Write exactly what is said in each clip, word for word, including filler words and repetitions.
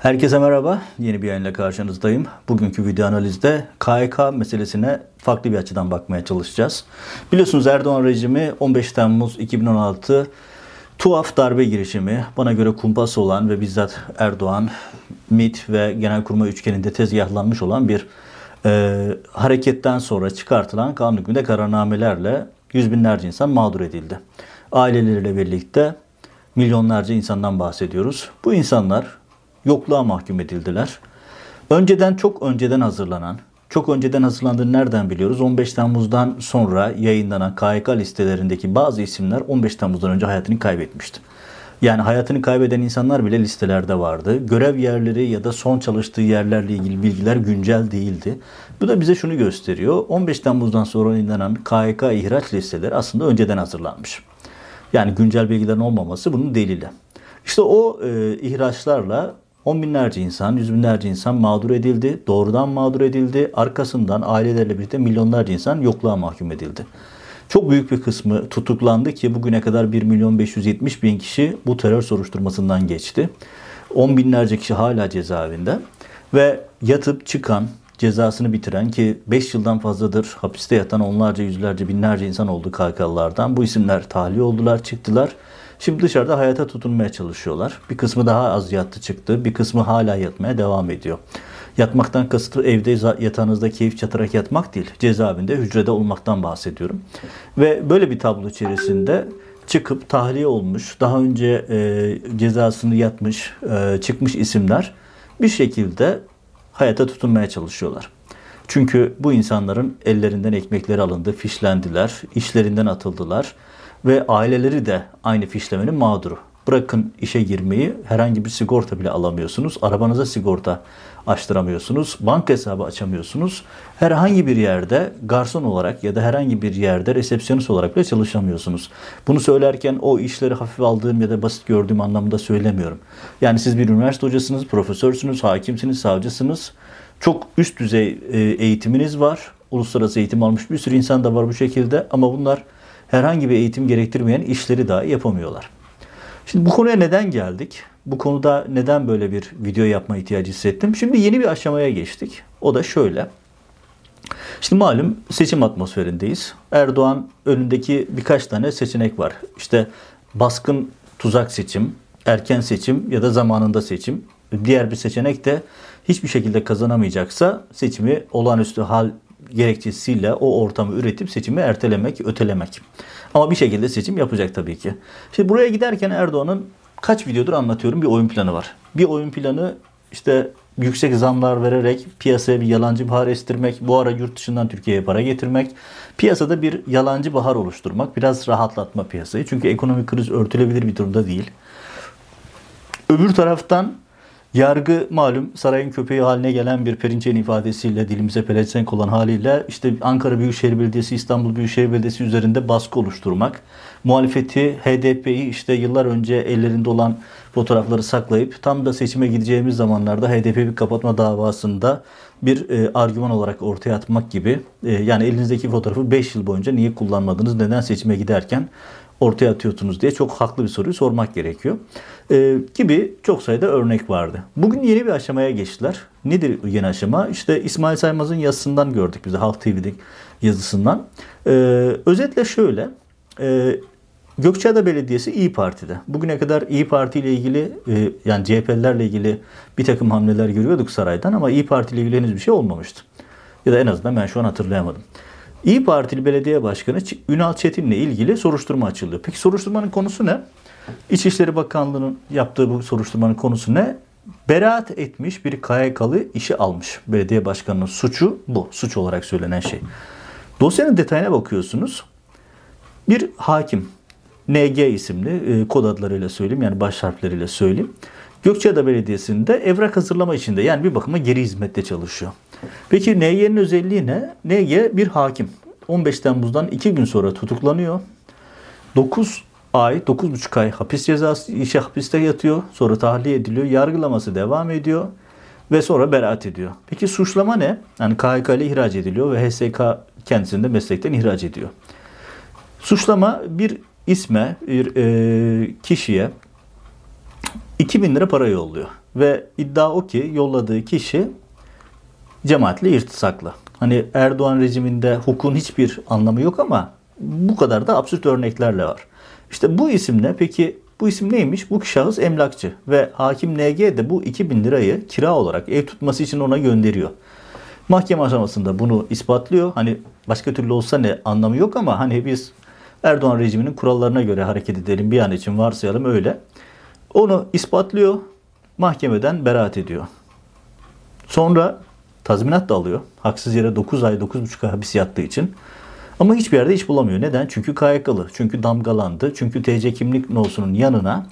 Herkese merhaba. Yeni bir yayınla karşınızdayım. Bugünkü video analizde K Y K meselesine farklı bir açıdan bakmaya çalışacağız. Biliyorsunuz Erdoğan rejimi on beş Temmuz iki bin on altı tuhaf darbe girişimi, bana göre kumpas olan ve bizzat Erdoğan, MİT ve Genelkurmay üçgeninde tezgahlanmış olan bir e, hareketten sonra çıkartılan kanun hükmünde kararnamelerle yüz binlerce insan mağdur edildi. Aileleriyle birlikte milyonlarca insandan bahsediyoruz. Bu insanlar yokluğa mahkum edildiler. Önceden, çok önceden hazırlanan, çok önceden hazırlandığını nereden biliyoruz? on beş Temmuz'dan sonra yayınlanan K Y K listelerindeki bazı isimler on beş Temmuz'dan önce hayatını kaybetmişti. Yani hayatını kaybeden insanlar bile listelerde vardı. Görev yerleri ya da son çalıştığı yerlerle ilgili bilgiler güncel değildi. Bu da bize şunu gösteriyor. on beş Temmuz'dan sonra yayınlanan K Y K ihraç listeleri aslında önceden hazırlanmış. Yani güncel bilgilerin olmaması bunun delili. İşte o e, ihraçlarla on binlerce insan, yüz binlerce insan mağdur edildi. Doğrudan mağdur edildi. Arkasından ailelerle birlikte milyonlarca insan yokluğa mahkum edildi. Çok büyük bir kısmı tutuklandı ki bugüne kadar bir milyon beş yüz yetmiş bin kişi bu terör soruşturmasından geçti. on binlerce kişi hala cezaevinde ve yatıp çıkan, cezasını bitiren ki beş yıldan fazladır hapiste yatan onlarca, yüzlerce, binlerce insan oldu K Y K'lılardan. Bu isimler tahliye oldular, çıktılar. Şimdi dışarıda hayata tutunmaya çalışıyorlar. Bir kısmı daha az yattı çıktı. Bir kısmı hala yatmaya devam ediyor. Yatmaktan kasıtı evde yatağınızda keyif çatarak yatmak değil. Cezaevinde, hücrede olmaktan bahsediyorum. Ve böyle bir tablo içerisinde çıkıp tahliye olmuş, daha önce e, cezasını yatmış, e, çıkmış isimler bir şekilde hayata tutunmaya çalışıyorlar. Çünkü bu insanların ellerinden ekmekleri alındı, fişlendiler, işlerinden atıldılar. Ve aileleri de aynı fişlemenin mağduru. Bırakın işe girmeyi, herhangi bir sigorta bile alamıyorsunuz. Arabanıza sigorta açtıramıyorsunuz. Banka hesabı açamıyorsunuz. Herhangi bir yerde garson olarak ya da herhangi bir yerde resepsiyonist olarak bile çalışamıyorsunuz. Bunu söylerken o işleri hafif aldığım ya da basit gördüğüm anlamında söylemiyorum. Yani siz bir üniversite hocasınız, profesörsünüz, hakimsiniz, savcısınız. Çok üst düzey eğitiminiz var. Uluslararası eğitim almış bir sürü insan da var bu şekilde. Ama bunlar herhangi bir eğitim gerektirmeyen işleri dahi yapamıyorlar. Şimdi bu konuya neden geldik? Bu konuda neden böyle bir video yapma ihtiyacı hissettim? Şimdi yeni bir aşamaya geçtik. O da şöyle. Şimdi malum seçim atmosferindeyiz. Erdoğan önündeki birkaç tane seçenek var. İşte baskın tuzak seçim, erken seçim ya da zamanında seçim. Diğer bir seçenek de hiçbir şekilde kazanamayacaksa seçimi olağanüstü hal gerekçesiyle o ortamı üretip seçimi ertelemek, ötelemek. Ama bir şekilde seçim yapacak tabii ki. Şimdi buraya giderken Erdoğan'ın kaç videodur anlatıyorum bir oyun planı var. Bir oyun planı işte yüksek zamlar vererek piyasaya bir yalancı bahar estirmek, bu ara yurt dışından Türkiye'ye para getirmek, piyasada bir yalancı bahar oluşturmak, biraz rahatlatma piyasayı. Çünkü ekonomik kriz örtülebilir bir durumda değil. Öbür taraftan yargı malum sarayın köpeği haline gelen bir Perinçek'in ifadesiyle dilimize pelesenk olan haliyle işte Ankara Büyükşehir Belediyesi, İstanbul Büyükşehir Belediyesi üzerinde baskı oluşturmak. Muhalefeti, H D P'yi işte yıllar önce ellerinde olan fotoğrafları saklayıp tam da seçime gideceğimiz zamanlarda H D P bir kapatma davasında bir e, argüman olarak ortaya atmak gibi. E, yani elinizdeki fotoğrafı beş yıl boyunca niye kullanmadınız, neden seçime giderken ortaya atıyorsunuz diye çok haklı bir soruyu sormak gerekiyor. Ee, gibi çok sayıda örnek vardı. Bugün yeni bir aşamaya geçtiler. Nedir yeni aşama? İşte İsmail Saymaz'ın yazısından gördük biz de Halk T V'de yazısından. Ee, özetle şöyle. E, Gökçeada Belediyesi İyi Parti'de. Bugüne kadar İyi Parti ile ilgili e, yani C H P'lilerle ilgili bir takım hamleler görüyorduk saraydan ama İyi Parti ile ilgili henüz bir şey olmamıştı. Ya da en azından ben şu an hatırlayamadım. İyi Partili Belediye Başkanı Ünal Çetin'le ilgili soruşturma açılıyor. Peki soruşturmanın konusu ne? İçişleri Bakanlığı'nın yaptığı bu soruşturmanın konusu ne? Beraat etmiş bir K Y K'lı işe almış. Belediye başkanının suçu bu. Suç olarak söylenen şey. Dosyanın detayına bakıyorsunuz. Bir hakim, N G isimli, kod adlarıyla söyleyeyim yani baş harfleriyle söyleyeyim. Gökçeada Belediyesi'nde evrak hazırlama içinde yani bir bakıma geri hizmette çalışıyor. Peki N G'nin özelliği ne? N G bir hakim. on beş Temmuz'dan iki gün sonra tutuklanıyor. dokuz ay, dokuz buçuk ay hapis cezası, işe hapiste yatıyor. Sonra tahliye ediliyor. Yargılaması devam ediyor. Ve sonra beraat ediyor. Peki suçlama ne? Yani K Y K ile ihraç ediliyor ve H S K kendisini de meslekten ihraç ediyor. Suçlama bir isme, bir e, kişiye iki bin lira para yolluyor. ve iddia o ki yolladığı kişi cemaatle irtisaklı. Hani Erdoğan rejiminde hukukun hiçbir anlamı yok ama bu kadar da absürt örneklerle var. İşte bu isim ne? Peki bu isim neymiş? Bu şahıs emlakçı ve hakim N G de bu iki bin lirayı kira olarak ev tutması için ona gönderiyor. Mahkeme aşamasında bunu ispatlıyor. Hani başka türlü olsa ne anlamı yok ama hani biz Erdoğan rejiminin kurallarına göre hareket edelim bir an için varsayalım öyle. Onu ispatlıyor. Mahkemeden beraat ediyor. Sonra tazminat da alıyor. Haksız yere dokuz ay dokuz buçuk ay hapis yattığı için. Ama hiçbir yerde iş bulamıyor. Neden? Çünkü K Y K'lı. Çünkü damgalandı. Çünkü T C kimlik nosunun yanına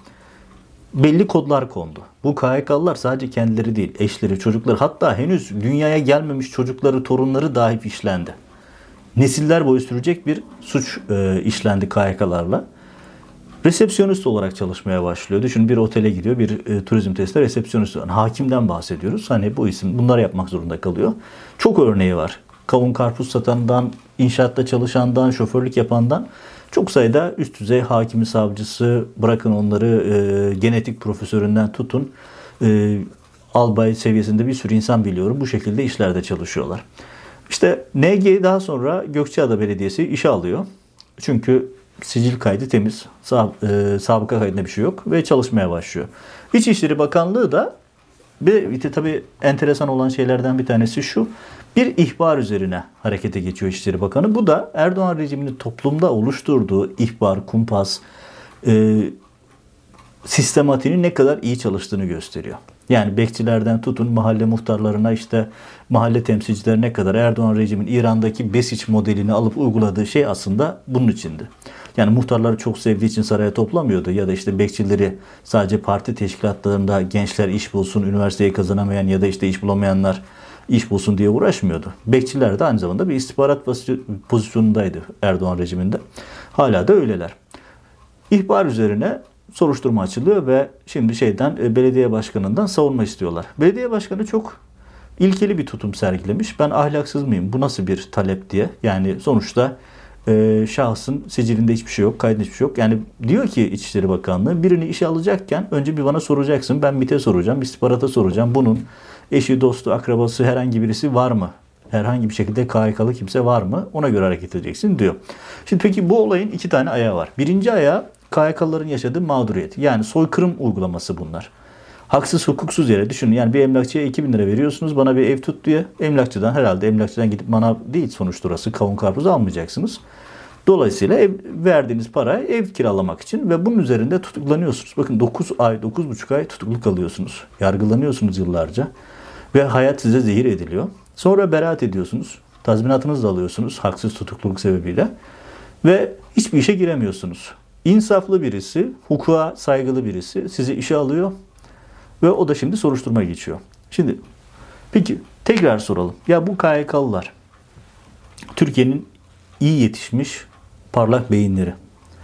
belli kodlar kondu. Bu K Y K'lılar sadece kendileri değil, eşleri, çocukları, hatta henüz dünyaya gelmemiş çocukları, torunları dahi işlendi. Nesiller boyu sürecek bir suç e, işlendi K Y K'larla. Resepsiyonist olarak çalışmaya başlıyor. Düşün, bir otele gidiyor, bir e, turizm tesisinde resepsiyonist olan. Hakimden bahsediyoruz. Hani bu isim bunları yapmak zorunda kalıyor. Çok örneği var. Kavun karpuz satandan, inşaatta çalışandan, şoförlük yapandan çok sayıda üst düzey hakimi, savcısı, bırakın onları e, genetik profesöründen tutun e, albay seviyesinde bir sürü insan biliyorum. Bu şekilde işlerde çalışıyorlar. İşte N G daha sonra Gökçeada Belediyesi işe alıyor. Çünkü sicil kaydı temiz, sab e, sabıka kaydında bir şey yok ve çalışmaya başlıyor. İçişleri Bakanlığı da bir tabii enteresan olan şeylerden bir tanesi şu. Bir ihbar üzerine harekete geçiyor İçişleri Bakanı. Bu da Erdoğan rejiminin toplumda oluşturduğu ihbar, kumpas, e, sistematiğinin ne kadar iyi çalıştığını gösteriyor. Yani bekçilerden tutun mahalle muhtarlarına, işte mahalle temsilcilerine kadar Erdoğan rejimin İran'daki Besiç modelini alıp uyguladığı şey aslında bunun içindi. Yani muhtarları çok sevdiği için saraya toplamıyordu ya da işte bekçileri sadece parti teşkilatlarında gençler iş bulsun, üniversiteyi kazanamayan ya da işte iş bulamayanlar iş bulsun diye uğraşmıyordu. Bekçiler de aynı zamanda bir istihbarat pozisyonundaydı Erdoğan rejiminde. Hala da öyleler. İhbar üzerine soruşturma açılıyor ve şimdi şeyden belediye başkanından savunma istiyorlar. Belediye başkanı çok ilkeli bir tutum sergilemiş. Ben ahlaksız mıyım? Bu nasıl bir talep diye. Yani sonuçta e, şahsın sicilinde hiçbir şey yok, kaydında hiçbir şey yok. Yani diyor ki İçişleri Bakanlığı, birini işe alacakken önce bir bana soracaksın. Ben MİT'e soracağım, istihbarata soracağım. Bunun eşi, dostu, akrabası, herhangi birisi var mı? Herhangi bir şekilde K Y K'lı kimse var mı? Ona göre hareket edeceksin diyor. Şimdi peki bu olayın iki tane ayağı var. Birinci ayağı K Y K'lıların yaşadığı mağduriyet. Yani soykırım uygulaması bunlar. Haksız, hukuksuz yere düşünün. Yani bir emlakçıya iki bin lira veriyorsunuz, bana bir ev tut diye. Emlakçıdan, herhalde emlakçıdan gidip manav değil sonuçta orası, kavun karpuz almayacaksınız. Dolayısıyla ev, verdiğiniz parayı ev kiralamak için ve bunun üzerinde tutuklanıyorsunuz. Bakın dokuz ay, dokuz buçuk ay tutuklu kalıyorsunuz. Yargılanıyorsunuz yıllarca ve hayat size zehir ediliyor. Sonra beraat ediyorsunuz. Tazminatınızı da alıyorsunuz haksız tutukluluk sebebiyle ve hiçbir işe giremiyorsunuz. İnsaflı birisi, hukuka saygılı birisi sizi işe alıyor ve o da şimdi soruşturma geçiyor. Şimdi peki tekrar soralım. Ya bu K Y K'lılar Türkiye'nin iyi yetişmiş parlak beyinleri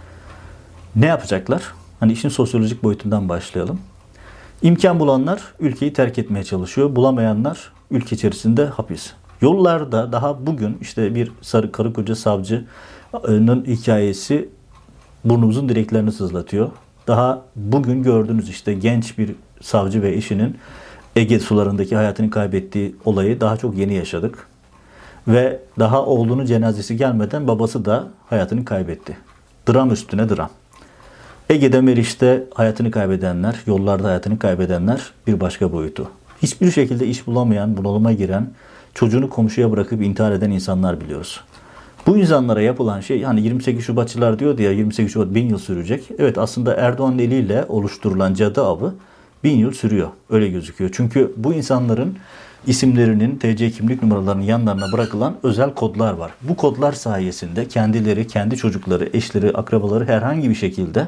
ne yapacaklar? Hani işin sosyolojik boyutundan başlayalım. İmkan bulanlar ülkeyi terk etmeye çalışıyor. Bulamayanlar ülke içerisinde hapis. Yollarda daha bugün işte bir sarı karı koca savcının hikayesi burnumuzun direklerini sızlatıyor. Daha bugün gördüğünüz işte genç bir savcı ve eşinin Ege sularındaki hayatını kaybettiği olayı daha çok yeni yaşadık. Ve daha oğlunun cenazesi gelmeden babası da hayatını kaybetti. Dram üstüne dram. Ege'de, Meriç'te hayatını kaybedenler, yollarda hayatını kaybedenler bir başka boyutu. Hiçbir şekilde iş bulamayan, bunalıma giren, çocuğunu komşuya bırakıp intihar eden insanlar biliyoruz. Bu insanlara yapılan şey, hani yirmi sekiz Şubatçılar diyordu ya, yirmi sekiz Şubat bin yıl sürecek. Evet, aslında Erdoğan'ın eliyle oluşturulan cadı avı bin yıl sürüyor. Öyle gözüküyor. Çünkü bu insanların isimlerinin, T C kimlik numaralarının yanlarına bırakılan özel kodlar var. Bu kodlar sayesinde kendileri, kendi çocukları, eşleri, akrabaları herhangi bir şekilde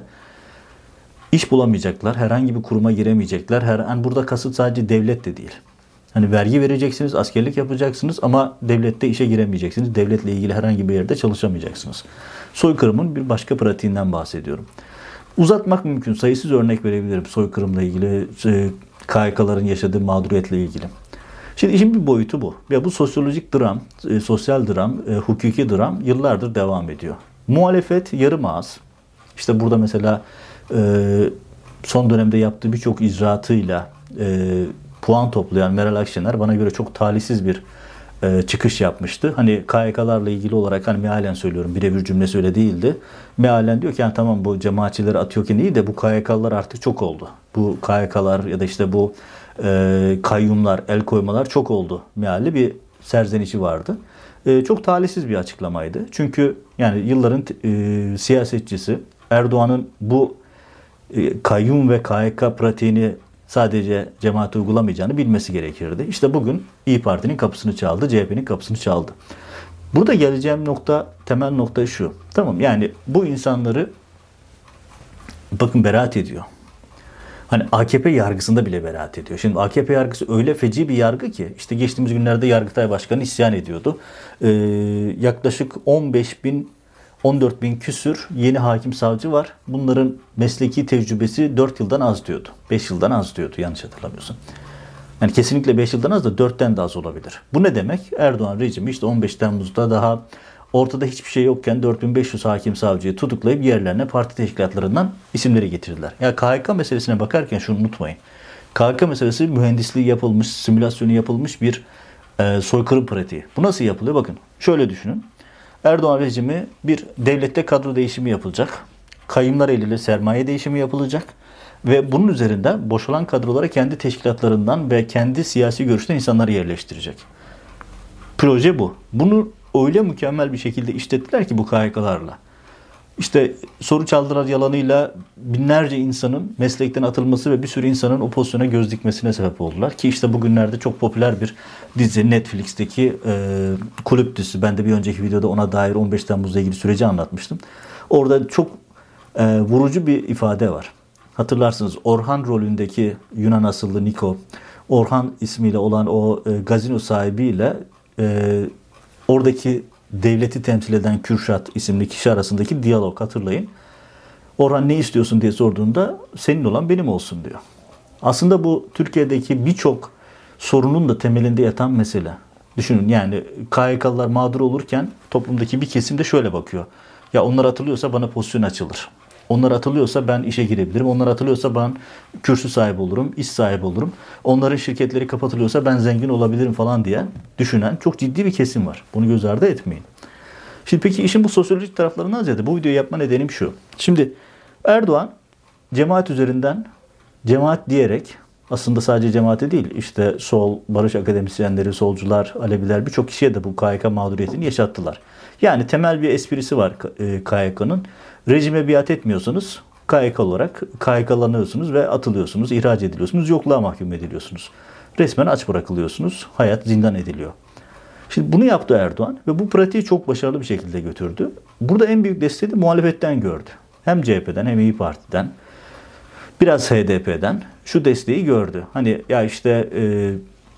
iş bulamayacaklar. Herhangi bir kuruma giremeyecekler. Her, yani burada kasıt sadece devlet de değil. Hani vergi vereceksiniz, askerlik yapacaksınız ama devlette işe giremeyeceksiniz. Devletle ilgili herhangi bir yerde çalışamayacaksınız. Soykırımın bir başka pratiğinden bahsediyorum. Uzatmak mümkün. Sayısız örnek verebilirim soykırımla ilgili, K Y K'ların yaşadığı mağduriyetle ilgili. Şimdi işin bir boyutu bu. Ya bu sosyolojik dram, e, sosyal dram, e, hukuki dram yıllardır devam ediyor. Muhalefet yarım ağız. İşte burada mesela e, son dönemde yaptığı birçok icraatıyla e, puan toplayan Meral Akşener bana göre çok talihsiz bir e, çıkış yapmıştı. Hani K Y K'larla ilgili olarak hani mealen söylüyorum, birebir cümlesi öyle değildi. Mealen diyor ki yani tamam bu cemaatçileri atıyorken iyi de bu K Y K'lar artık çok oldu. Bu K Y K'lar ya da işte bu e, kayyumlar, el koymalar çok oldu meali bir serzenişi vardı. E, çok talihsiz bir açıklamaydı. Çünkü yani yılların e, siyasetçisi Erdoğan'ın bu e, kayyum ve K Y K pratiğini sadece cemaate uygulamayacağını bilmesi gerekirdi. İşte bugün İYİ Parti'nin kapısını çaldı, C H P'nin kapısını çaldı. Burada geleceğim nokta, temel nokta şu. Tamam yani bu insanları bakın beraat ediyor. Hani A K P yargısında bile beraat ediyor. Şimdi A K P yargısı öyle feci bir yargı ki işte geçtiğimiz günlerde Yargıtay Başkanı isyan ediyordu. Ee, yaklaşık on beş bin on dört bin küsür yeni hakim savcı var. Bunların mesleki tecrübesi dört yıldan az diyordu. beş yıldan az diyordu yanlış hatırlamıyorsam. Yani kesinlikle beş yıldan az da dörtten de az olabilir. Bu ne demek? Erdoğan rejimi işte on beş Temmuz'da daha ortada hiçbir şey yokken dört bin beş yüz hakim savcıyı tutuklayıp yerlerine parti teşkilatlarından isimleri getirdiler. Ya K H K meselesine bakarken şunu unutmayın. K H K meselesi mühendisliği yapılmış, simülasyonu yapılmış bir e, soykırım pratiği. Bu nasıl yapılıyor? Bakın şöyle düşünün. Erdoğan rejimi bir devlette kadro değişimi yapılacak. Kayyumlar eliyle sermaye değişimi yapılacak. Ve bunun üzerinden boşalan kadrolara kendi teşkilatlarından ve kendi siyasi görüşten insanları yerleştirecek. Proje bu. Bunu öyle mükemmel bir şekilde işlettiler ki bu K Y K'larla. İşte soru çaldılar yalanıyla binlerce insanın meslekten atılması ve bir sürü insanın o pozisyona göz dikmesine sebep oldular. Ki işte bugünlerde çok popüler bir dizi Netflix'teki e, Kulüp dizisi. Ben de bir önceki videoda ona dair on beş Temmuz'la ilgili süreci anlatmıştım. Orada çok e, vurucu bir ifade var. Hatırlarsınız Orhan rolündeki Yunan asıllı Niko, Orhan ismiyle olan o e, gazino sahibiyle e, oradaki devleti temsil eden Kürşat isimli kişi arasındaki diyalog hatırlayın. Orhan ne istiyorsun diye sorduğunda senin olan benim olsun diyor. Aslında bu Türkiye'deki birçok sorunun da temelinde yatan mesele. Düşünün yani K Y K'lılar mağdur olurken toplumdaki bir kesim de şöyle bakıyor. Ya onlar atılıyorsa bana pozisyon açılır. Onlar atılıyorsa ben işe girebilirim. Onlar atılıyorsa ben kürsü sahibi olurum, iş sahibi olurum. Onların şirketleri kapatılıyorsa ben zengin olabilirim falan diye düşünen çok ciddi bir kesim var. Bunu göz ardı etmeyin. Şimdi peki işin bu sosyolojik taraflarından ziyade bu videoyu yapma nedenim şu. Şimdi Erdoğan cemaat üzerinden cemaat diyerek aslında sadece cemaate değil işte sol, barış akademisyenleri, solcular, Aleviler birçok kişiye de bu K Y K mağduriyetini yaşattılar. Yani temel bir esprisi var K Y K'nın. Rejime biat etmiyorsanız K Y K olarak K Y K'lanıyorsunuz ve atılıyorsunuz, ihraç ediliyorsunuz, yokluğa mahkum ediliyorsunuz. Resmen aç bırakılıyorsunuz, hayat zindan ediliyor. Şimdi bunu yaptı Erdoğan ve bu pratiği çok başarılı bir şekilde götürdü. Burada en büyük desteği de muhalefetten gördü. Hem C H P'den hem İYİ Parti'den, biraz H D P'den şu desteği gördü. Hani ya işte e,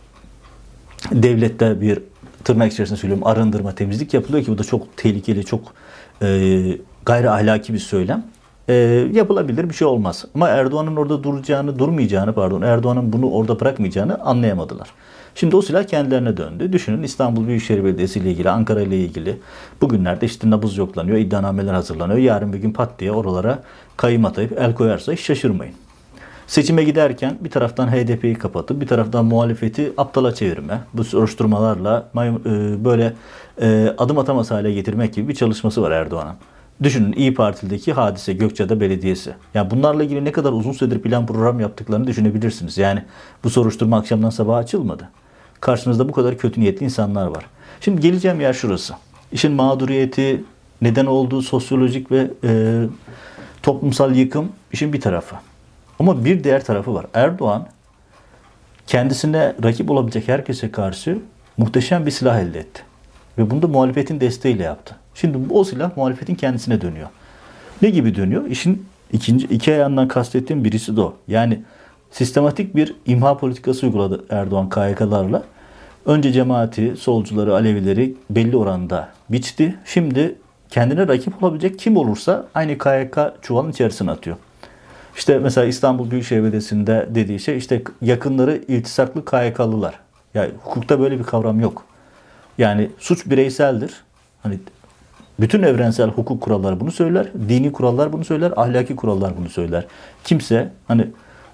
devlette bir tırnak içerisinde söylüyorum arındırma, temizlik yapılıyor ki bu da çok tehlikeli, çok e, gayri ahlaki bir söylem. E, yapılabilir bir şey olmaz. Ama Erdoğan'ın orada duracağını, durmayacağını pardon, Erdoğan'ın bunu orada bırakmayacağını anlayamadılar. Şimdi o silah kendilerine döndü. Düşünün İstanbul Büyükşehir Belediyesi ile ilgili, Ankara ile ilgili bugünlerde işte nabız yoklanıyor, iddianameler hazırlanıyor. Yarın bir gün pat diye oralara kayyım atayıp el koyarsa hiç şaşırmayın. Seçime giderken bir taraftan H D P'yi kapatıp bir taraftan muhalefeti aptala çevirme, bu soruşturmalarla böyle adım atamaz hale getirmek gibi bir çalışması var Erdoğan'ın. Düşünün İYİ Parti'deki hadise Gökçeada Belediyesi. Yani bunlarla ilgili ne kadar uzun süredir plan program yaptıklarını düşünebilirsiniz. Yani bu soruşturma akşamdan sabaha açılmadı. Karşınızda bu kadar kötü niyetli insanlar var. Şimdi geleceğim yer şurası. İşin mağduriyeti, neden olduğu sosyolojik ve e, toplumsal yıkım işin bir tarafı. Ama bir diğer tarafı var. Erdoğan kendisine rakip olabilecek herkese karşı muhteşem bir silah elde etti. Ve bunu da muhalefetin desteğiyle yaptı. Şimdi o silah muhalefetin kendisine dönüyor. Ne gibi dönüyor? İşin ikinci, iki ayağından kastettiğim birisi de o. Yani sistematik bir imha politikası uyguladı Erdoğan K Y K'larla. Önce cemaati, solcuları, Alevileri belli oranda biçti. Şimdi kendine rakip olabilecek kim olursa aynı K Y K çuvalın içerisine atıyor. İşte mesela İstanbul Büyükşehir Belediyesi'nde dediği şey işte yakınları iltisaklı K Y K'lılar. Yani hukukta böyle bir kavram yok. Yani suç bireyseldir. Hani bütün evrensel hukuk kuralları bunu söyler, dini kurallar bunu söyler, ahlaki kurallar bunu söyler. Kimse hani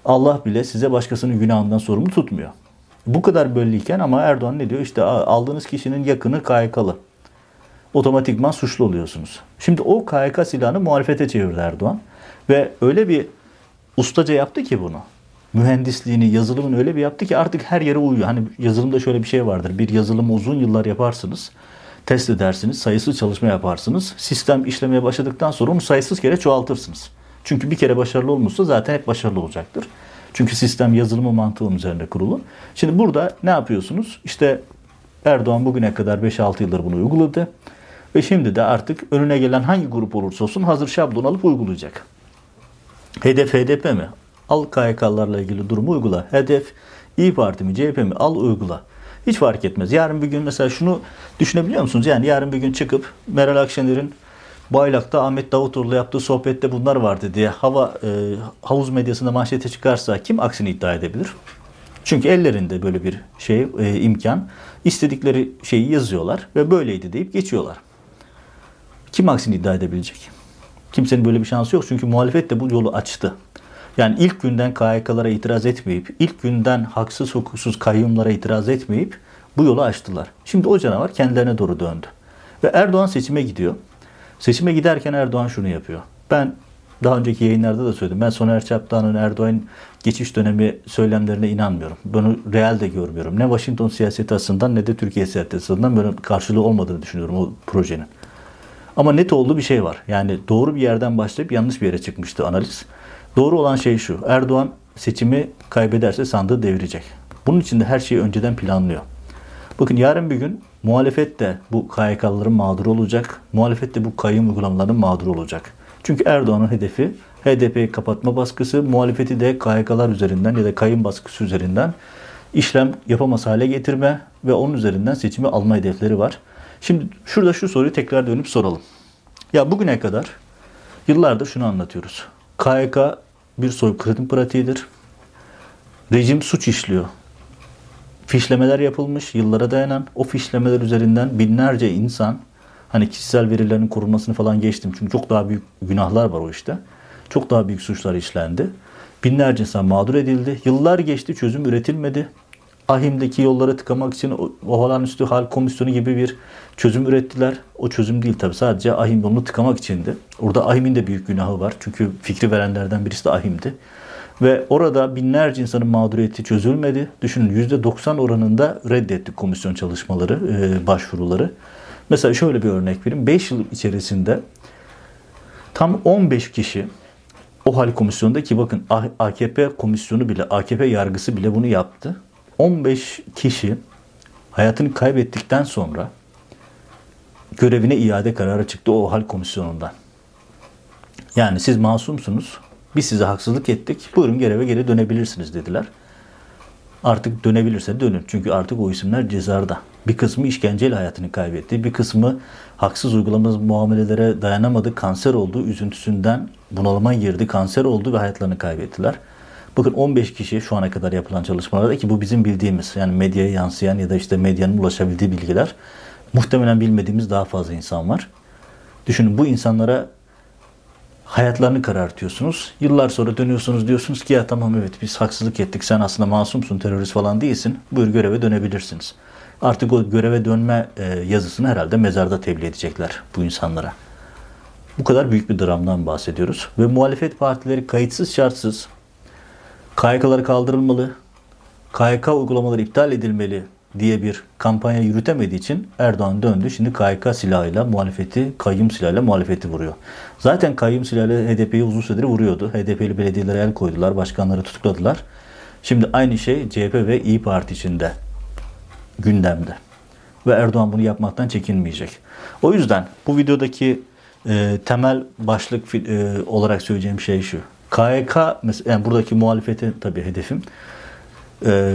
Allah bile size başkasının günahından sorumlu tutmuyor. Bu kadar belliyken ama Erdoğan ne diyor? İşte aldığınız kişinin yakını K Y K'lı. Otomatikman suçlu oluyorsunuz. Şimdi o K Y K silahını muhalefete çevirdi Erdoğan. Ve öyle bir ustaca yaptı ki bunu. Mühendisliğini, yazılımını öyle bir yaptı ki artık her yere uyuyor. Hani yazılımda şöyle bir şey vardır. Bir yazılımı uzun yıllar yaparsınız. Test edersiniz, sayısız çalışma yaparsınız. Sistem işlemeye başladıktan sonra onu sayısız kere çoğaltırsınız. Çünkü bir kere başarılı olmuşsa zaten hep başarılı olacaktır. Çünkü sistem yazılımı mantığının üzerinde kurulu. Şimdi burada ne yapıyorsunuz? İşte Erdoğan bugüne kadar beş altı yıldır bunu uyguladı. Ve şimdi de artık önüne gelen hangi grup olursa olsun hazır şablon alıp uygulayacak. Hedef H D P mi? Al K Y K'larla ilgili durumu uygula. Hedef İYİ Parti mi? C H P mi? Al uygula. Hiç fark etmez. Yarın bir gün mesela şunu düşünebiliyor musunuz? Yani yarın bir gün çıkıp Meral Akşener'in Baylak'ta Ahmet Davutoğlu'yla yaptığı sohbette bunlar vardı diye hava e, havuz medyasında manşete çıkarsa kim aksini iddia edebilir? Çünkü ellerinde böyle bir şey e, imkan. İstedikleri şeyi yazıyorlar ve böyleydi deyip geçiyorlar. Kim aksini iddia edebilecek? Kimsenin böyle bir şansı yok. Çünkü muhalefet de bu yolu açtı. Yani ilk günden K Y K'lara itiraz etmeyip, ilk günden haksız hukuksuz kayyumlara itiraz etmeyip bu yolu açtılar. Şimdi o canavar kendilerine doğru döndü. Ve Erdoğan seçime gidiyor. Seçime giderken Erdoğan şunu yapıyor. Ben daha önceki yayınlarda da söyledim. Ben Soner Çapdağ'ın Erdoğan geçiş dönemi söylemlerine inanmıyorum. Bunu real de görmüyorum. Ne Washington siyaseti açısından ne de Türkiye siyaseti açısından böyle karşılığı olmadığını düşünüyorum o projenin. Ama net olduğu bir şey var. Yani doğru bir yerden başlayıp yanlış bir yere çıkmıştı analiz. Doğru olan şey şu. Erdoğan seçimi kaybederse sandığı devirecek. Bunun için de her şeyi önceden planlıyor. Bakın yarın bir gün muhalefet de bu K Y K'lıların mağduru olacak. Muhalefet de bu kayyum uygulamalarının mağduru olacak. Çünkü Erdoğan'ın hedefi H D P'yi kapatma baskısı, muhalefeti de K Y K'lar üzerinden ya da kayyum baskısı üzerinden işlem yapamaz hale getirme ve onun üzerinden seçimi alma hedefleri var. Şimdi şurada şu soruyu tekrar dönüp soralım. Ya bugüne kadar yıllardır şunu anlatıyoruz. K Y K bir soykırım pratiğidir. Rejim suç işliyor. Fişlemeler yapılmış, yıllara dayanan. O fişlemeler üzerinden binlerce insan, hani kişisel verilerin korunmasını falan geçtim. Çünkü çok daha büyük günahlar var o işte. Çok daha büyük suçlar işlendi. Binlerce insan mağdur edildi. Yıllar geçti, çözüm üretilmedi. Ahim'deki yolları tıkamak için o olağanüstü hal komisyonu gibi bir çözüm ürettiler. O çözüm değil tabii, sadece Ahim yolunu tıkamak içindi. Orada Ahim'in de büyük günahı var. Çünkü fikri verenlerden birisi de Ahim'di. Ve orada binlerce insanın mağduriyeti çözülmedi. Düşünün yüzde doksan oranında reddetti komisyon çalışmaları, e, başvuruları. Mesela şöyle bir örnek vereyim. beş yıl içerisinde tam on beş kişi o hal komisyonunda, ki bakın A K P komisyonu bile, A K P yargısı bile bunu yaptı. on beş kişi hayatını kaybettikten sonra görevine iade kararı çıktı o hal komisyonundan. Yani siz masumsunuz, biz size haksızlık ettik, buyurun göreve geri dönebilirsiniz dediler. Artık dönebilirse dönün. Çünkü artık o isimler cezarda. Bir kısmı işkenceyle hayatını kaybetti. Bir kısmı haksız uygulamadığımız muamelelere dayanamadı. Kanser oldu. Üzüntüsünden bunalıma girdi. Kanser oldu ve hayatlarını kaybettiler. Bakın on beş kişi şu ana kadar yapılan çalışmalarda, ki bu bizim bildiğimiz, yani medyaya yansıyan ya da işte medyanın ulaşabildiği bilgiler. Muhtemelen bilmediğimiz daha fazla insan var. Düşünün, bu insanlara hayatlarını karartıyorsunuz. Yıllar sonra dönüyorsunuz, diyorsunuz ki ya tamam, evet biz haksızlık ettik. Sen aslında masumsun, terörist falan değilsin. Buyur göreve dönebilirsiniz. Artık o göreve dönme yazısını herhalde mezarda tebliğ edecekler bu insanlara. Bu kadar büyük bir dramdan bahsediyoruz. Ve muhalefet partileri kayıtsız şartsız K Y K'ları kaldırılmalı, K Y K uygulamaları iptal edilmeli diye bir kampanya yürütemediği için Erdoğan döndü. Şimdi K Y K silahıyla muhalefeti, kayyum silahıyla muhalefeti vuruyor. Zaten kayyum silahıyla H D P'yi uzun süredir vuruyordu. H D P'li belediyelere el koydular, başkanları tutukladılar. Şimdi aynı şey C H P ve İYİ Parti içinde gündemde. Ve Erdoğan bunu yapmaktan çekinmeyecek. O yüzden bu videodaki e, temel başlık e, olarak söyleyeceğim şey şu. K Y K, mesela, yani buradaki muhalefeti tabii hedefim. E,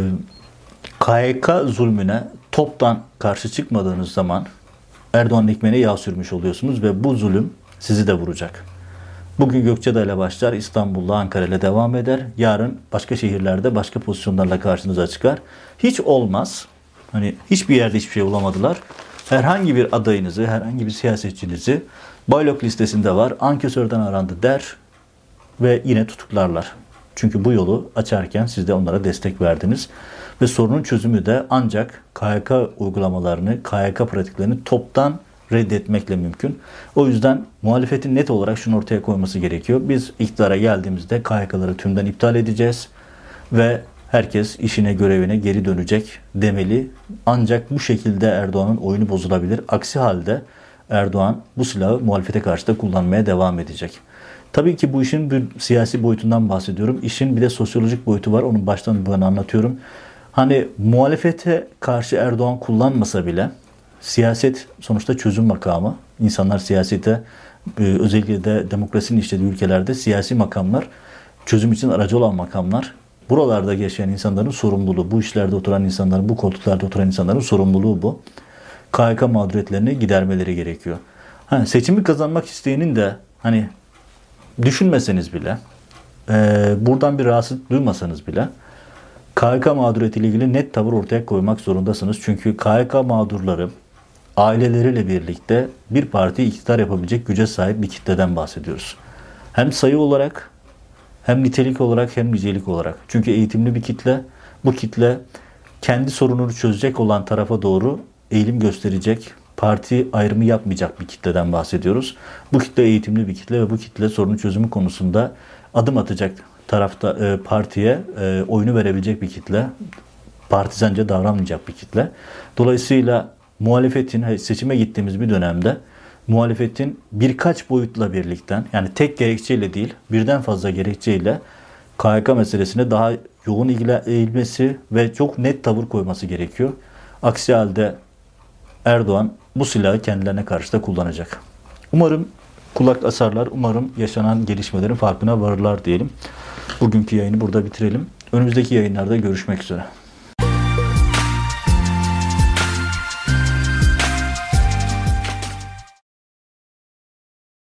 K Y K zulmüne toptan karşı çıkmadığınız zaman Erdoğan'ın ekmeğine yağ sürmüş oluyorsunuz ve bu zulüm sizi de vuracak. Bugün Gökçeada ile başlar, İstanbul'la, Ankara ile devam eder. Yarın başka şehirlerde başka pozisyonlarla karşınıza çıkar. Hiç olmaz. Hani hiçbir yerde hiçbir şey bulamadılar. Herhangi bir adayınızı, herhangi bir siyasetçinizi Baylok listesinde var, ankesörden arandı der ve yine tutuklarlar. Çünkü bu yolu açarken siz de onlara destek verdiniz. Ve sorunun çözümü de ancak K Y K uygulamalarını, K Y K pratiklerini toptan reddetmekle mümkün. O yüzden muhalefetin net olarak şunu ortaya koyması gerekiyor. Biz iktidara geldiğimizde K Y K'ları tümden iptal edeceğiz ve herkes işine görevine geri dönecek demeli. Ancak bu şekilde Erdoğan'ın oyunu bozulabilir. Aksi halde Erdoğan bu silahı muhalefete karşı da kullanmaya devam edecek. Tabii ki bu işin bir siyasi boyutundan bahsediyorum. İşin bir de sosyolojik boyutu var. Onu baştan bu yana anlatıyorum. Hani muhalefete karşı Erdoğan kullanmasa bile siyaset sonuçta çözüm makamı. İnsanlar siyasete, özellikle de demokrasinin işlediği ülkelerde siyasi makamlar çözüm için aracı olan makamlar. Buralarda yaşayan insanların sorumluluğu, bu işlerde oturan insanların, bu koltuklarda oturan insanların sorumluluğu bu. K Y K mağduriyetlerini gidermeleri gerekiyor. Hani seçimi kazanmak isteyenin de hani düşünmeseniz bile, e, buradan bir rahatsızlık duymasanız bile K Y K mağduriyetiyle ilgili net tavır ortaya koymak zorundasınız. Çünkü K Y K mağdurları aileleriyle birlikte bir parti iktidar yapabilecek güce sahip bir kitleden bahsediyoruz. Hem sayı olarak, hem nitelik olarak, hem nicelik olarak. Çünkü eğitimli bir kitle, bu kitle kendi sorununu çözecek olan tarafa doğru eğilim gösterecek, parti ayrımı yapmayacak bir kitleden bahsediyoruz. Bu kitle eğitimli bir kitle ve bu kitle sorunun çözümü konusunda adım atacak tarafta e, partiye e, oyunu verebilecek bir kitle, partizanca davranmayacak bir kitle. Dolayısıyla muhalefetin, seçime gittiğimiz bir dönemde muhalefetin birkaç boyutla birlikten, yani tek gerekçeyle değil, birden fazla gerekçeyle K Y K meselesine daha yoğun ilgilen eğilmesi ve çok net tavır koyması gerekiyor. Aksi halde Erdoğan bu silahı kendilerine karşı da kullanacak. Umarım kulak asarlar, umarım yaşanan gelişmelerin farkına varırlar diyelim. Bugünkü yayını burada bitirelim. Önümüzdeki yayınlarda görüşmek üzere.